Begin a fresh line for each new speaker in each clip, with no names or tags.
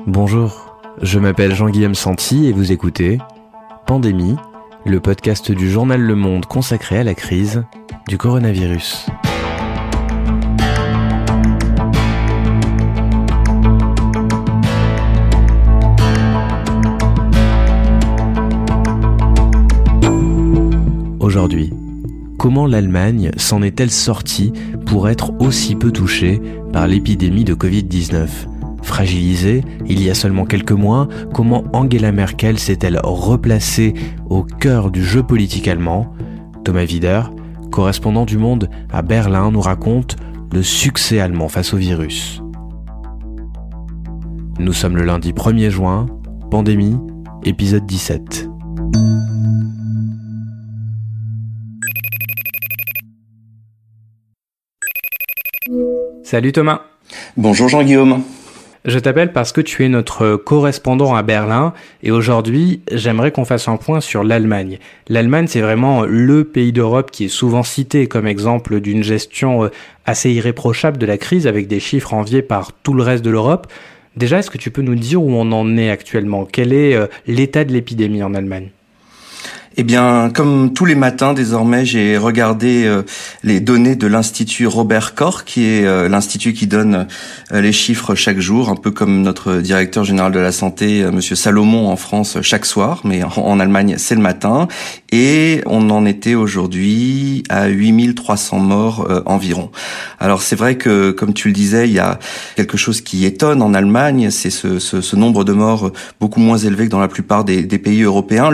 Bonjour, je m'appelle Jean-Guillaume Santi et vous écoutez Pandémie, le podcast du journal Le Monde consacré à la crise du coronavirus. Aujourd'hui, comment l'Allemagne s'en est-elle sortie pour être aussi peu touchée par l'épidémie de Covid-19 ? Fragilisée il y a seulement quelques mois, comment Angela Merkel s'est-elle replacée au cœur du jeu politique allemand ? Thomas Wider, correspondant du Monde à Berlin, nous raconte le succès allemand face au virus. Nous sommes le lundi 1er juin, Pandémie, épisode 17. Salut Thomas.
Bonjour Jean-Guillaume.
Je t'appelle parce que tu es notre correspondant à Berlin et aujourd'hui, j'aimerais qu'on fasse un point sur l'Allemagne. L'Allemagne, c'est vraiment le pays d'Europe qui est souvent cité comme exemple d'une gestion assez irréprochable de la crise avec des chiffres enviés par tout le reste de l'Europe. Déjà, est-ce que tu peux nous dire où on en est actuellement ? Quel est l'état de l'épidémie en Allemagne ?
Eh bien, comme tous les matins, désormais, j'ai regardé les données de l'Institut Robert Koch, qui est l'institut qui donne les chiffres chaque jour, un peu comme notre directeur général de la santé, Monsieur Salomon, en France, chaque soir, mais en Allemagne, c'est le matin. Et on en était aujourd'hui à 8300 morts environ. Alors, c'est vrai que, comme tu le disais, il y a quelque chose qui étonne en Allemagne, c'est ce nombre de morts beaucoup moins élevé que dans la plupart des pays européens.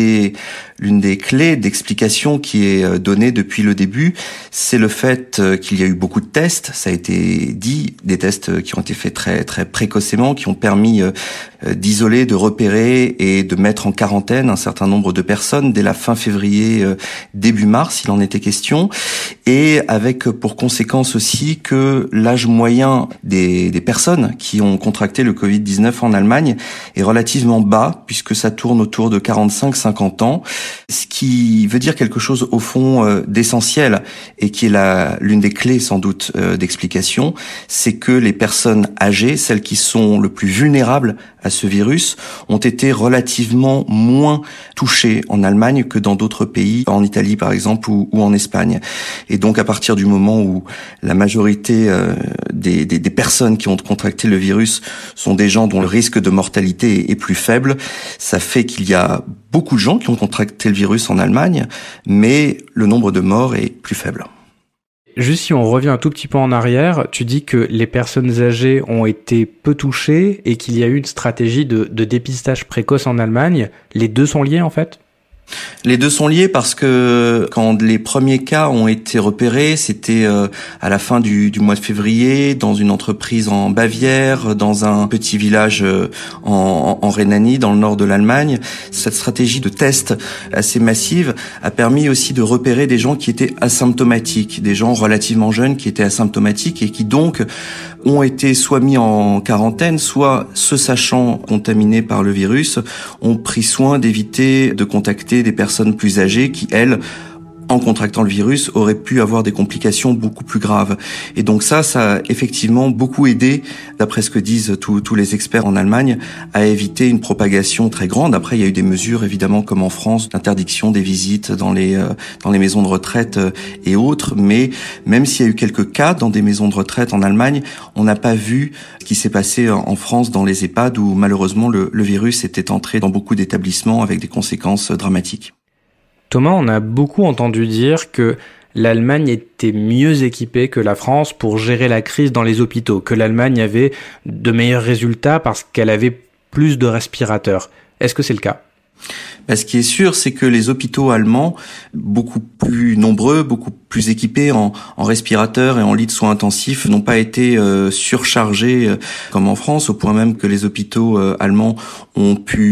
L'une des clés d'explication qui est donnée depuis le début, c'est le fait qu'il y a eu beaucoup de tests. Ça a été dit, des tests qui ont été faits très très précocement, qui ont permis d'isoler, de repérer et de mettre en quarantaine un certain nombre de personnes dès la fin février, début mars, il en était question, et avec pour conséquence aussi que l'âge moyen des personnes qui ont contracté le Covid-19 en Allemagne est relativement bas, puisque ça tourne autour de 45-50 ans, ce qui veut dire quelque chose au fond d'essentiel et qui est l'une des clés sans doute d'explication, c'est que les personnes âgées, celles qui sont le plus vulnérables à ce virus, ont été relativement moins touchées en Allemagne que dans d'autres pays, en Italie par exemple ou en Espagne. Et donc à partir du moment où la majorité des personnes qui ont contracté le virus sont des gens dont le risque de mortalité est plus faible, ça fait qu'il y a beaucoup de gens qui ont contracté le virus en Allemagne, mais le nombre de morts est plus faible.
Juste si on revient un tout petit peu en arrière, tu dis que les personnes âgées ont été peu touchées et qu'il y a eu une stratégie de dépistage précoce en Allemagne. Les deux sont liés en fait ?
Les deux sont liés parce que quand les premiers cas ont été repérés, c'était à la fin du mois de février, dans une entreprise en Bavière, dans un petit village en Rhénanie, dans le nord de l'Allemagne. Cette stratégie de test assez massive a permis aussi de repérer des gens qui étaient asymptomatiques, des gens relativement jeunes qui étaient asymptomatiques et qui donc ont été soit mis en quarantaine, soit, se sachant contaminés par le virus, ont pris soin d'éviter de contacter des personnes plus âgées qui, elles, en contractant le virus, auraient pu avoir des complications beaucoup plus graves. Et donc ça a effectivement beaucoup aidé, d'après ce que disent tous les experts en Allemagne, à éviter une propagation très grande. Après, il y a eu des mesures, évidemment, comme en France, d'interdiction des visites dans les maisons de retraite et autres. Mais même s'il y a eu quelques cas dans des maisons de retraite en Allemagne, on n'a pas vu ce qui s'est passé en France dans les EHPAD où malheureusement le virus était entré dans beaucoup d'établissements avec des conséquences dramatiques.
Thomas, on a beaucoup entendu dire que l'Allemagne était mieux équipée que la France pour gérer la crise dans les hôpitaux, que l'Allemagne avait de meilleurs résultats parce qu'elle avait plus de respirateurs. Est-ce que c'est le cas ?
Ce qui est sûr, c'est que les hôpitaux allemands, beaucoup plus nombreux, beaucoup plus équipés en respirateurs et en lits de soins intensifs, n'ont pas été surchargés comme en France, au point même que les hôpitaux allemands ont pu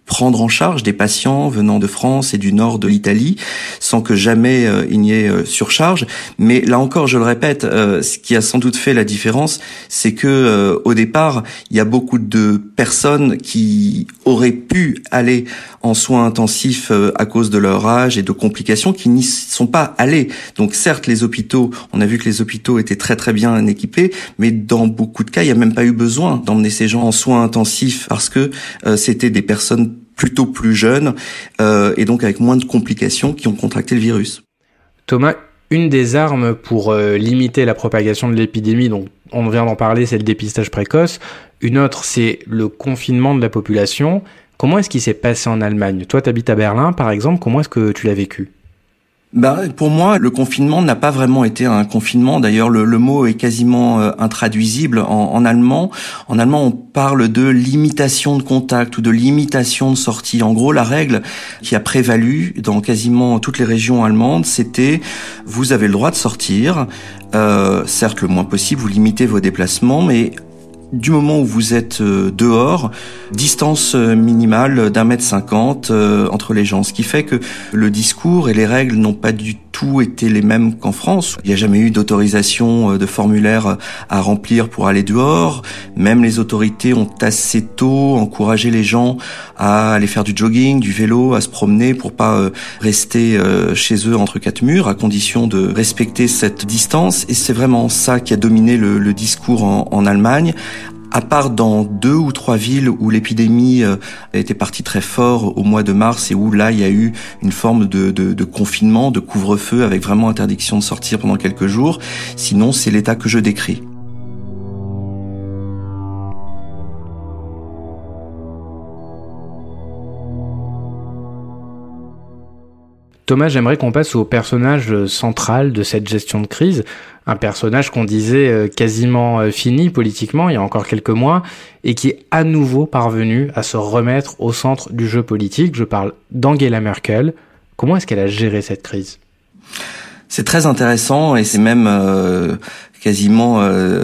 prendre en charge des patients venant de France et du nord de l'Italie sans que jamais il n'y ait surcharge. Mais là encore, je le répète, ce qui a sans doute fait la différence, c'est que au départ, il y a beaucoup de personnes qui auraient pu aller en soins intensifs à cause de leur âge et de complications qui n'y sont pas allées. Donc certes, les hôpitaux, on a vu que les hôpitaux étaient très très bien équipés, mais dans beaucoup de cas, il n'y a même pas eu besoin d'emmener ces gens en soins intensifs parce que c'était des personnes plutôt plus jeunes et donc avec moins de complications qui ont contracté le virus.
Thomas, une des armes pour limiter la propagation de l'épidémie, donc on vient d'en parler, c'est le dépistage précoce. Une autre, c'est le confinement de la population. Comment est-ce qu'il s'est passé en Allemagne ? Toi, tu habites à Berlin, par exemple. Comment est-ce que tu l'as vécu ?
Pour moi, le confinement n'a pas vraiment été un confinement. D'ailleurs, le mot est quasiment intraduisible en allemand. En allemand, on parle de limitation de contact ou de limitation de sortie. En gros, la règle qui a prévalu dans quasiment toutes les régions allemandes, c'était vous avez le droit de sortir, certes le moins possible, vous limitez vos déplacements, mais du moment où vous êtes dehors, distance minimale d'1,50 m entre les gens. Ce qui fait que le discours et les règles n'ont pas du tout été les mêmes qu'en France. Il n'y a jamais eu d'autorisation de formulaire à remplir pour aller dehors. Même les autorités ont assez tôt encouragé les gens à aller faire du jogging, du vélo, à se promener pour pas rester chez eux entre quatre murs, à condition de respecter cette distance. Et c'est vraiment ça qui a dominé le discours en Allemagne. À part dans 2 ou 3 villes où l'épidémie était partie très fort au mois de mars et où là il y a eu une forme de confinement, de couvre-feu avec vraiment interdiction de sortir pendant quelques jours. Sinon, c'est l'état que je décris.
Thomas, j'aimerais qu'on passe au personnage central de cette gestion de crise. Un personnage qu'on disait quasiment fini politiquement il y a encore quelques mois et qui est à nouveau parvenu à se remettre au centre du jeu politique. Je parle d'Angela Merkel. Comment est-ce qu'elle a géré cette crise ?
C'est très intéressant et c'est même quasiment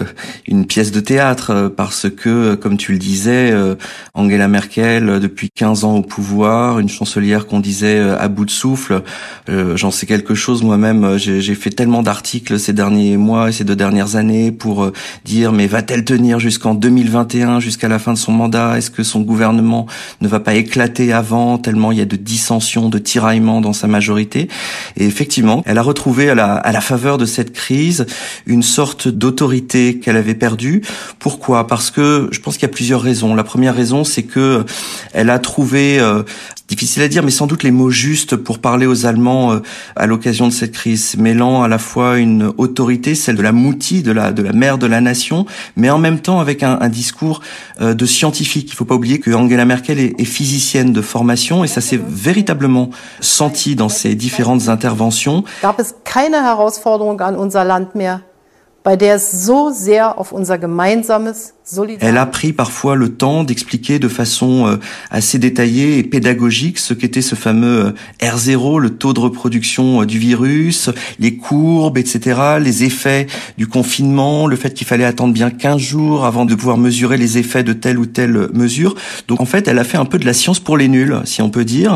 une pièce de théâtre parce que, comme tu le disais, Angela Merkel, depuis 15 ans au pouvoir, une chancelière qu'on disait à bout de souffle, j'en sais quelque chose moi-même, j'ai fait tellement d'articles ces derniers mois et ces 2 dernières années pour dire mais va-t-elle tenir jusqu'en 2021, jusqu'à la fin de son mandat ? Est-ce que son gouvernement ne va pas éclater avant, tellement il y a de dissensions, de tiraillements dans sa majorité ? Et effectivement, elle a retrouvé à la faveur de cette crise une sorte d'autorité qu'elle avait perdue. Pourquoi ? Parce que je pense qu'il y a plusieurs raisons. La première raison, c'est que elle a trouvé, difficile à dire, mais sans doute les mots justes pour parler aux Allemands à l'occasion de cette crise, mêlant à la fois une autorité, celle de la Mutti, de la mère de la nation, mais en même temps avec un discours de scientifique. Il faut pas oublier que Angela Merkel est physicienne de formation et ça s'est véritablement senti dans ses différentes interventions.
Gab es keine Herausforderung an unser Land mehr, bei der es so sehr auf unser gemeinsames
Elle a pris parfois le temps d'expliquer de façon assez détaillée et pédagogique ce qu'était ce fameux R0, le taux de reproduction du virus, les courbes, etc., les effets du confinement, le fait qu'il fallait attendre bien 15 jours avant de pouvoir mesurer les effets de telle ou telle mesure. Donc en fait, elle a fait un peu de la science pour les nuls, si on peut dire,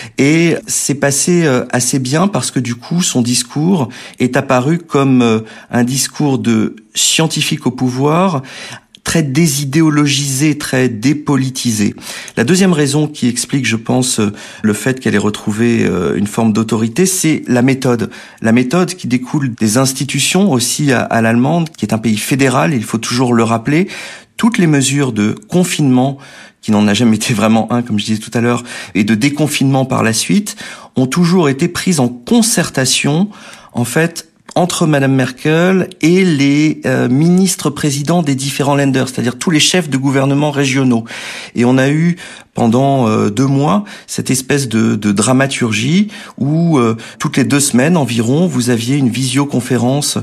et c'est passé assez bien parce que du coup, son discours est apparu comme un discours de scientifique au pouvoir, très désidéologisé, très dépolitisé. La deuxième raison qui explique, je pense, le fait qu'elle ait retrouvé une forme d'autorité, c'est la méthode. La méthode qui découle des institutions aussi à l'allemande, qui est un pays fédéral, il faut toujours le rappeler. Toutes les mesures de confinement, qui n'en a jamais été vraiment un, comme je disais tout à l'heure, et de déconfinement par la suite, ont toujours été prises en concertation, en fait, entre Madame Merkel et les ministres-présidents des différents Länder, c'est-à-dire tous les chefs de gouvernement régionaux. Et on a eu pendant 2 mois cette espèce de dramaturgie où toutes les 2 semaines environ, vous aviez une visioconférence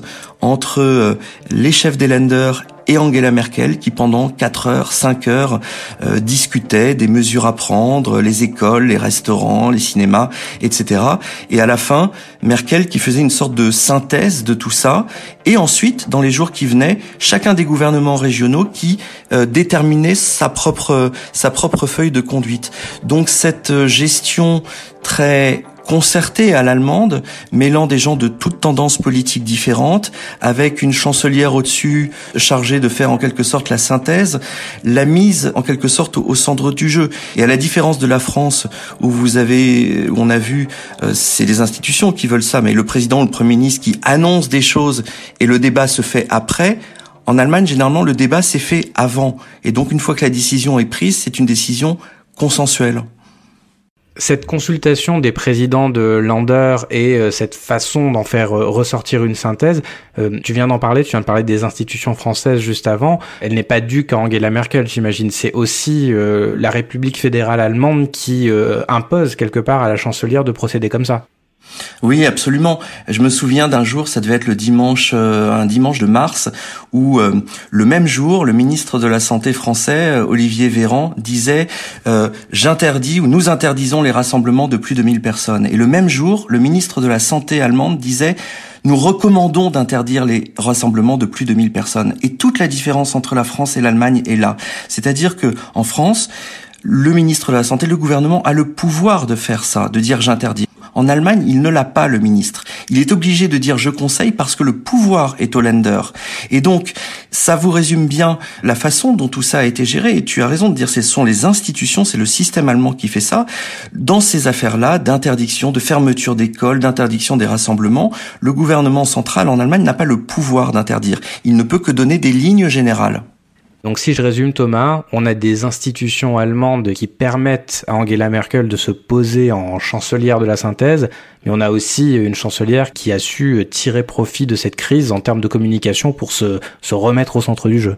entre les chefs des Länder et Angela Merkel qui pendant 4 heures, 5 heures discutaient des mesures à prendre, les écoles, les restaurants, les cinémas, etc. Et à la fin, Merkel qui faisait une sorte de synthèse de tout ça. Et ensuite, dans les jours qui venaient, chacun des gouvernements régionaux qui déterminait sa propre feuille de de conduite. Donc cette gestion très concertée à l'allemande, mêlant des gens de toutes tendances politiques différentes, avec une chancelière au-dessus chargée de faire en quelque sorte la synthèse, l'a mise en quelque sorte au centre du jeu. Et à la différence de la France, où on a vu, c'est les institutions qui veulent ça, mais le président ou le Premier ministre qui annonce des choses et le débat se fait après. En Allemagne, généralement, le débat s'est fait avant. Et donc, une fois que la décision est prise, c'est une décision consensuelle.
Cette consultation des présidents de Länder et cette façon d'en faire ressortir une synthèse, tu viens de parler des institutions françaises juste avant, elle n'est pas due qu'à Angela Merkel, j'imagine. C'est aussi la République fédérale allemande qui impose quelque part à la chancelière de procéder comme ça.
Oui, absolument. Je me souviens d'un jour, ça devait être un dimanche de mars, où le même jour, le ministre de la Santé français, Olivier Véran, disait nous interdisons les rassemblements de plus de 1000 personnes. Et le même jour, le ministre de la Santé allemande disait nous recommandons d'interdire les rassemblements de plus de 1000 personnes. Et toute la différence entre la France et l'Allemagne est là. C'est-à-dire que en France, le ministre de la Santé, le gouvernement a le pouvoir de faire ça, de dire j'interdis. En Allemagne, il ne l'a pas, le ministre. Il est obligé de dire « je conseille » parce que le pouvoir est au Länder. Et donc, ça vous résume bien la façon dont tout ça a été géré. Et tu as raison de dire ce sont les institutions, c'est le système allemand qui fait ça. Dans ces affaires-là, d'interdiction, de fermeture d'écoles, d'interdiction des rassemblements, le gouvernement central en Allemagne n'a pas le pouvoir d'interdire. Il ne peut que donner des lignes générales.
Donc si je résume Thomas, on a des institutions allemandes qui permettent à Angela Merkel de se poser en chancelière de la synthèse, mais on a aussi une chancelière qui a su tirer profit de cette crise en termes de communication pour se remettre au centre du jeu.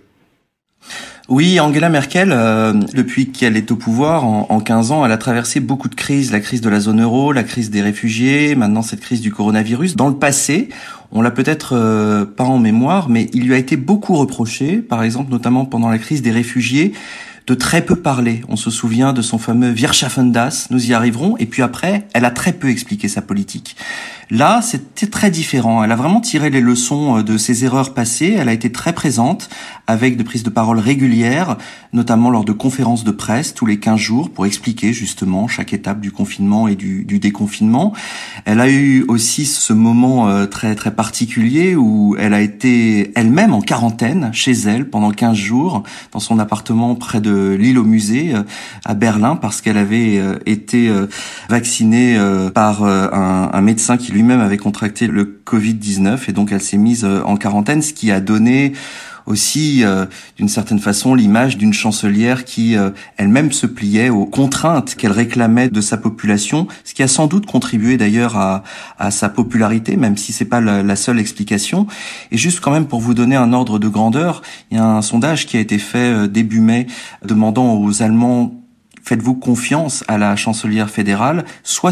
Oui, Angela Merkel, depuis qu'elle est au pouvoir, en 15 ans, elle a traversé beaucoup de crises. La crise de la zone euro, la crise des réfugiés, maintenant cette crise du coronavirus. Dans le passé, on l'a peut-être pas en mémoire, mais il lui a été beaucoup reproché, par exemple notamment pendant la crise des réfugiés, de très peu parler. On se souvient de son fameux Wir schaffen das, nous y arriverons, et puis après, elle a très peu expliqué sa politique. Là, c'était très différent. Elle a vraiment tiré les leçons de ses erreurs passées. Elle a été très présente avec des prises de parole régulières, notamment lors de conférences de presse tous les 15 jours pour expliquer justement chaque étape du confinement et du déconfinement. Elle a eu aussi ce moment très très particulier où elle a été elle-même en quarantaine chez elle pendant 15 jours dans son appartement près de l'île au musée à Berlin parce qu'elle avait été vaccinée par un médecin qui lui-même avait contracté le Covid-19 et donc elle s'est mise en quarantaine, ce qui a donné aussi d'une certaine façon l'image d'une chancelière qui elle-même se pliait aux contraintes qu'elle réclamait de sa population, ce qui a sans doute contribué d'ailleurs à sa popularité, même si c'est pas la seule explication. Et juste quand même pour vous donner un ordre de grandeur, il y a un sondage qui a été fait début mai demandant aux Allemands faites-vous confiance à la chancelière fédérale?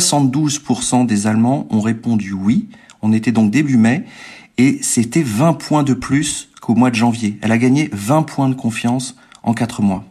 72% des Allemands ont répondu oui. On était donc début mai et c'était 20 points de plus qu'au mois de janvier. Elle a gagné 20 points de confiance en 4 mois.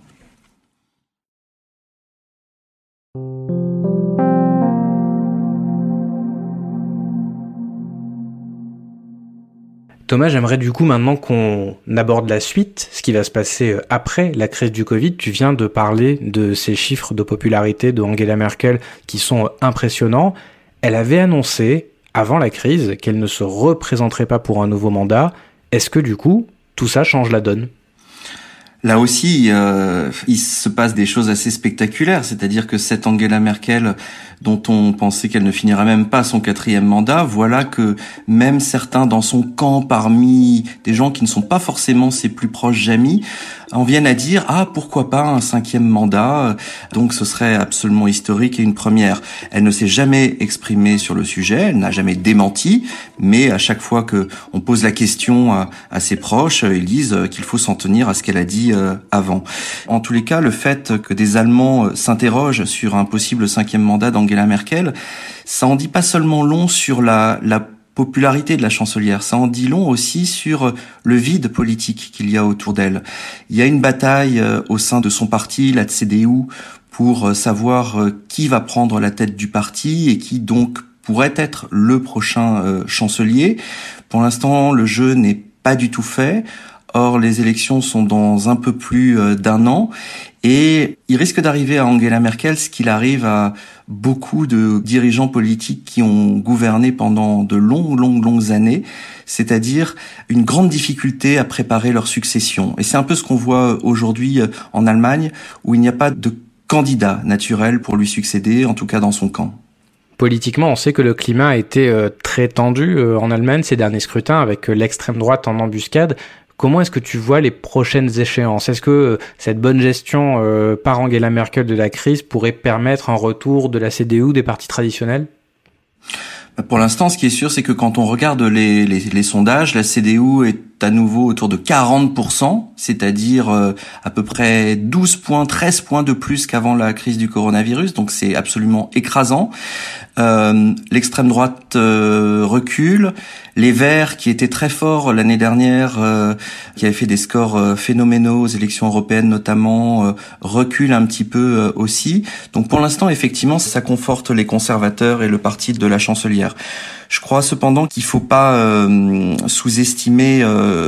Thomas, j'aimerais du coup maintenant qu'on aborde la suite, ce qui va se passer après la crise du Covid. Tu viens de parler de ces chiffres de popularité de Angela Merkel qui sont impressionnants. Elle avait annoncé, avant la crise, qu'elle ne se représenterait pas pour un nouveau mandat. Est-ce que du coup, tout ça change la donne ?
Là aussi, il se passe des choses assez spectaculaires, c'est-à-dire que cette Angela Merkel, dont on pensait qu'elle ne finirait même pas son 4e mandat, voilà que même certains dans son camp, parmi des gens qui ne sont pas forcément ses plus proches amis, en viennent à dire « Ah, pourquoi pas un 5e mandat ?» Donc ce serait absolument historique et une première. Elle ne s'est jamais exprimée sur le sujet, elle n'a jamais démenti, mais à chaque fois que on pose la question à ses proches, ils disent qu'il faut s'en tenir à ce qu'elle a dit avant. En tous les cas, le fait que des Allemands s'interrogent sur un possible 5e mandat d'Angela Merkel, ça en dit pas seulement long sur la popularité de la chancelière, ça en dit long aussi sur le vide politique qu'il y a autour d'elle. Il y a une bataille au sein de son parti, la CDU, pour savoir qui va prendre la tête du parti et qui donc pourrait être le prochain chancelier. Pour l'instant, le jeu n'est pas du tout fait. Or, les élections sont dans un peu plus d'1 an et il risque d'arriver à Angela Merkel ce qu'il arrive à beaucoup de dirigeants politiques qui ont gouverné pendant de longues années, c'est-à-dire une grande difficulté à préparer leur succession. Et c'est un peu ce qu'on voit aujourd'hui en Allemagne, où il n'y a pas de candidat naturel pour lui succéder, en tout cas dans son camp.
Politiquement, on sait que le climat a été très tendu en Allemagne ces derniers scrutins, avec l'extrême droite en embuscade. Comment est-ce que tu vois les prochaines échéances ? Est-ce que cette bonne gestion par Angela Merkel de la crise pourrait permettre un retour de la CDU ou des partis traditionnels ?
Pour l'instant, ce qui est sûr, c'est que quand on regarde les sondages, la CDU est à nouveau autour de 40%, c'est-à-dire à peu près 12 points, 13 points de plus qu'avant la crise du coronavirus, donc c'est absolument écrasant. L'extrême droite recule. Les Verts, qui étaient très forts l'année dernière, qui avaient fait des scores phénoménaux aux élections européennes notamment, reculent un petit peu aussi. Donc pour l'instant, effectivement, ça conforte les conservateurs et le parti de la chancelière. Je crois cependant qu'il faut pas sous-estimer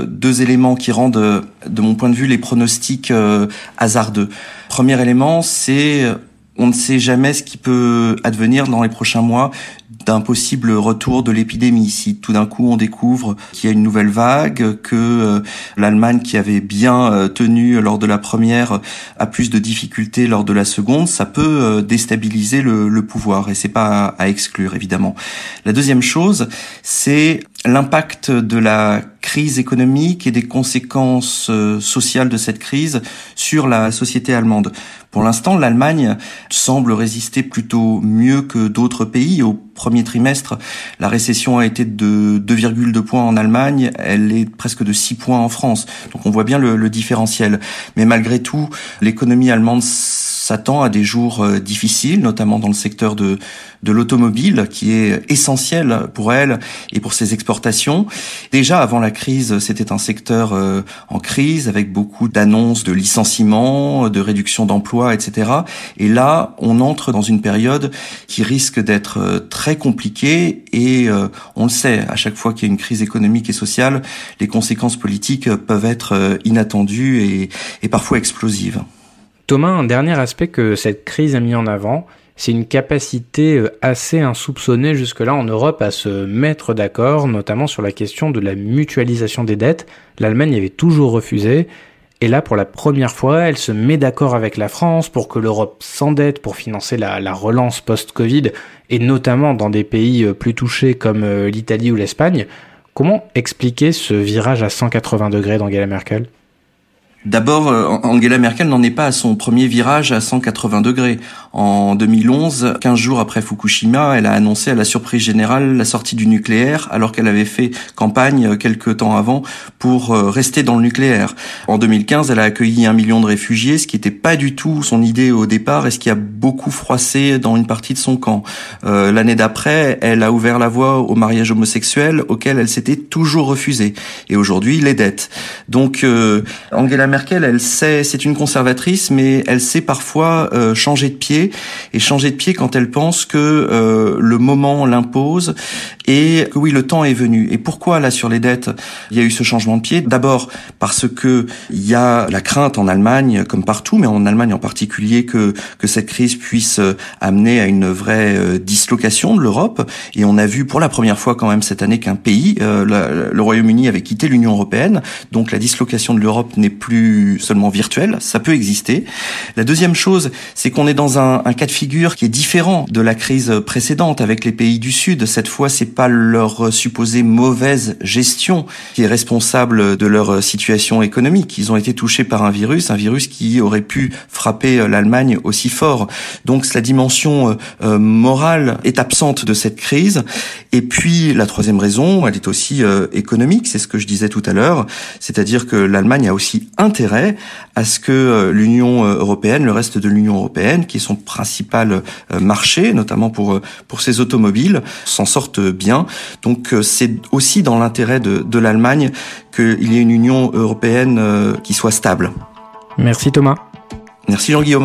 2 éléments qui rendent, de mon point de vue, les pronostics hasardeux. Premier élément, c'est on ne sait jamais ce qui peut advenir dans les prochains mois d'un possible retour de l'épidémie. Si tout d'un coup on découvre qu'il y a une nouvelle vague, que l'Allemagne, qui avait bien tenu lors de la première, a plus de difficultés lors de la seconde, ça peut déstabiliser le pouvoir, et c'est pas à exclure évidemment. La deuxième chose, c'est l'impact de la crise économique et des conséquences sociales de cette crise sur la société allemande. Pour l'instant, l'Allemagne semble résister plutôt mieux que d'autres pays. Au premier trimestre, la récession a été de 2,2 points en Allemagne, elle est presque de 6 points en France. Donc on voit bien le différentiel. Mais malgré tout, l'économie allemande s'attend à des jours difficiles, notamment dans le secteur de l'automobile, qui est essentiel pour elle et pour ses exportations. Déjà, avant la crise, c'était un secteur en crise, avec beaucoup d'annonces de licenciements, de réduction d'emplois, etc. Et là, on entre dans une période qui risque d'être très compliquée et on le sait, à chaque fois qu'il y a une crise économique et sociale, les conséquences politiques peuvent être inattendues et parfois explosives.
Thomas, un dernier aspect que cette crise a mis en avant, c'est une capacité assez insoupçonnée jusque-là en Europe à se mettre d'accord, notamment sur la question de la mutualisation des dettes. L'Allemagne avait toujours refusé, et là, pour la première fois, elle se met d'accord avec la France pour que l'Europe s'endette pour financer la relance post-Covid, et notamment dans des pays plus touchés comme l'Italie ou l'Espagne. Comment expliquer ce virage à 180 degrés d'Angela Merkel ?
D'abord, Angela Merkel n'en est pas à son premier virage à 180 degrés. En 2011, 15 jours après Fukushima, elle a annoncé à la surprise générale la sortie du nucléaire, alors qu'elle avait fait campagne quelques temps avant pour rester dans le nucléaire. En 2015, elle a accueilli 1 million de réfugiés, ce qui n'était pas du tout son idée au départ et ce qui a beaucoup froissé dans une partie de son camp. L'année d'après, elle a ouvert la voie au mariage homosexuel, auquel elle s'était toujours refusée. Et aujourd'hui, les dettes. Donc, Angela Merkel, elle sait, c'est une conservatrice, mais elle sait parfois changer de pied, et changer de pied quand elle pense que le moment l'impose et que oui, le temps est venu. Et pourquoi là sur les dettes, il y a eu ce changement de pied ? D'abord parce que il y a la crainte en Allemagne, comme partout, mais en Allemagne en particulier, que cette crise puisse amener à une vraie dislocation de l'Europe. Et on a vu pour la première fois quand même cette année qu'un pays, le Royaume-Uni, avait quitté l'Union européenne. Donc la dislocation de l'Europe n'est plus seulement virtuelle, ça peut exister. La deuxième chose, c'est qu'on est dans un cas de figure qui est différent de la crise précédente avec les pays du Sud. Cette fois, c'est pas leur supposée mauvaise gestion qui est responsable de leur situation économique. Ils ont été touchés par un virus qui aurait pu frapper l'Allemagne aussi fort. Donc la dimension morale est absente de cette crise. Et puis la troisième raison, elle est aussi économique, c'est ce que je disais tout à l'heure, c'est-à-dire que l'Allemagne a aussi intérêt à ce que l'Union européenne, le reste de l'Union européenne, qui est son principal marché, notamment pour ses automobiles, s'en sortent bien. Donc c'est aussi dans l'intérêt de l'Allemagne qu'il y ait une Union européenne qui soit stable.
Merci Thomas.
Merci Jean-Guillaume.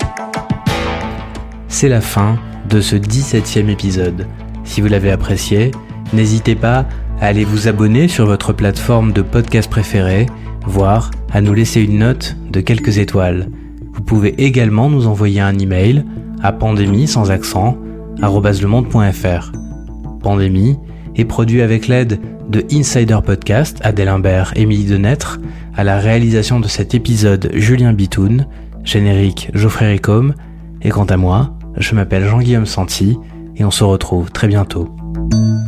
C'est la fin de ce 17e épisode. Si vous l'avez apprécié, n'hésitez pas à aller vous abonner sur votre plateforme de podcast préférée, voire à nous laisser une note de quelques étoiles. Vous pouvez également nous envoyer un email à pandémie sans accent @lemonde.fr. Pandémie est produit avec l'aide de Insider Podcast, Adèle Imbert, Émilie Denêtre, à la réalisation de cet épisode Julien Bitoun, générique Geoffrey Ricôme, et quant à moi, je m'appelle Jean-Guillaume Santi et on se retrouve très bientôt.